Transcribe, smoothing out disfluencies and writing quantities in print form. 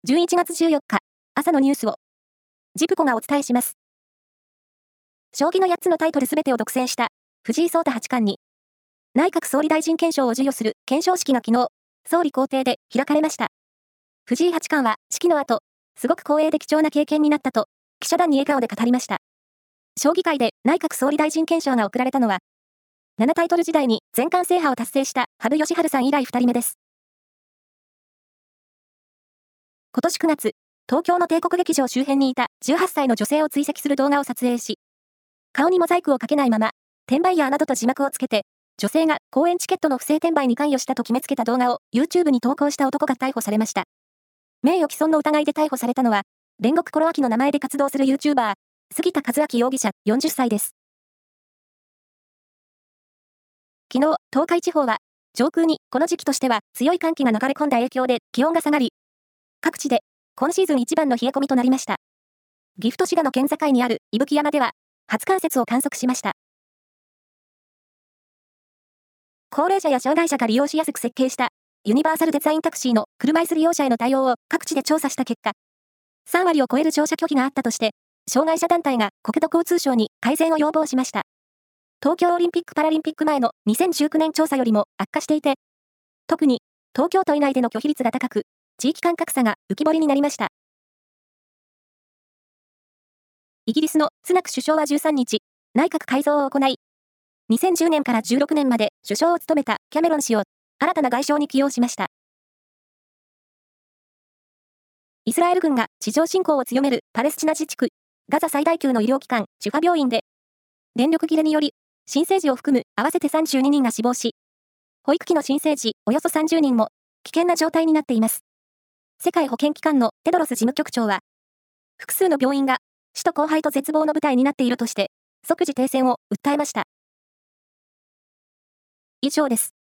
11月14日、朝のニュースを、ジプコがお伝えします。将棋の8つのタイトルすべてを独占した藤井聡太八冠に、内閣総理大臣顕彰を授与する顕彰式が昨日、総理公邸で開かれました。藤井八冠は式の後、すごく光栄で貴重な経験になったと、記者団に笑顔で語りました。将棋界で内閣総理大臣顕彰が贈られたのは、7タイトル時代に全冠制覇を達成した羽生善治さん以来2人目です。今年9月、東京の帝国劇場周辺にいた18歳の女性を追跡する動画を撮影し、顔にモザイクをかけないまま、転売ヤーなどと字幕をつけて、女性が公演チケットの不正転売に関与したと決めつけた動画を YouTube に投稿した男が逮捕されました。名誉毀損の疑いで逮捕されたのは、煉獄コロアキの名前で活動する YouTuber、杉田和明容疑者40歳です。昨日、東海地方は、上空にこの時期としては強い寒気が流れ込んだ影響で気温が下がり、各地で今シーズン一番の冷え込みとなりました。岐阜と滋賀の県境にある伊吹山では初冠雪を観測しました。高齢者や障害者が利用しやすく設計したユニバーサルデザインタクシーの車椅子利用者への対応を各地で調査した結果、3割を超える乗車拒否があったとして、障害者団体が国土交通省に改善を要望しました。東京オリンピック・パラリンピック前の2019年調査よりも悪化していて、特に東京都以内での拒否率が高く、地域間格差が浮き彫りになりました。イギリスのスナク首相は13日、内閣改造を行い、2010年から16年まで首相を務めたキャメロン氏を新たな外相に起用しました。イスラエル軍が地上侵攻を強めるパレスチナ自治区、ガザ最大級の医療機関、シュファ病院で、電力切れにより、新生児を含む合わせて32人が死亡し、保育器の新生児およそ30人も危険な状態になっています。世界保健機関のテドロス事務局長は、複数の病院が死と荒廃と絶望の舞台になっているとして、即時停戦を訴えました。以上です。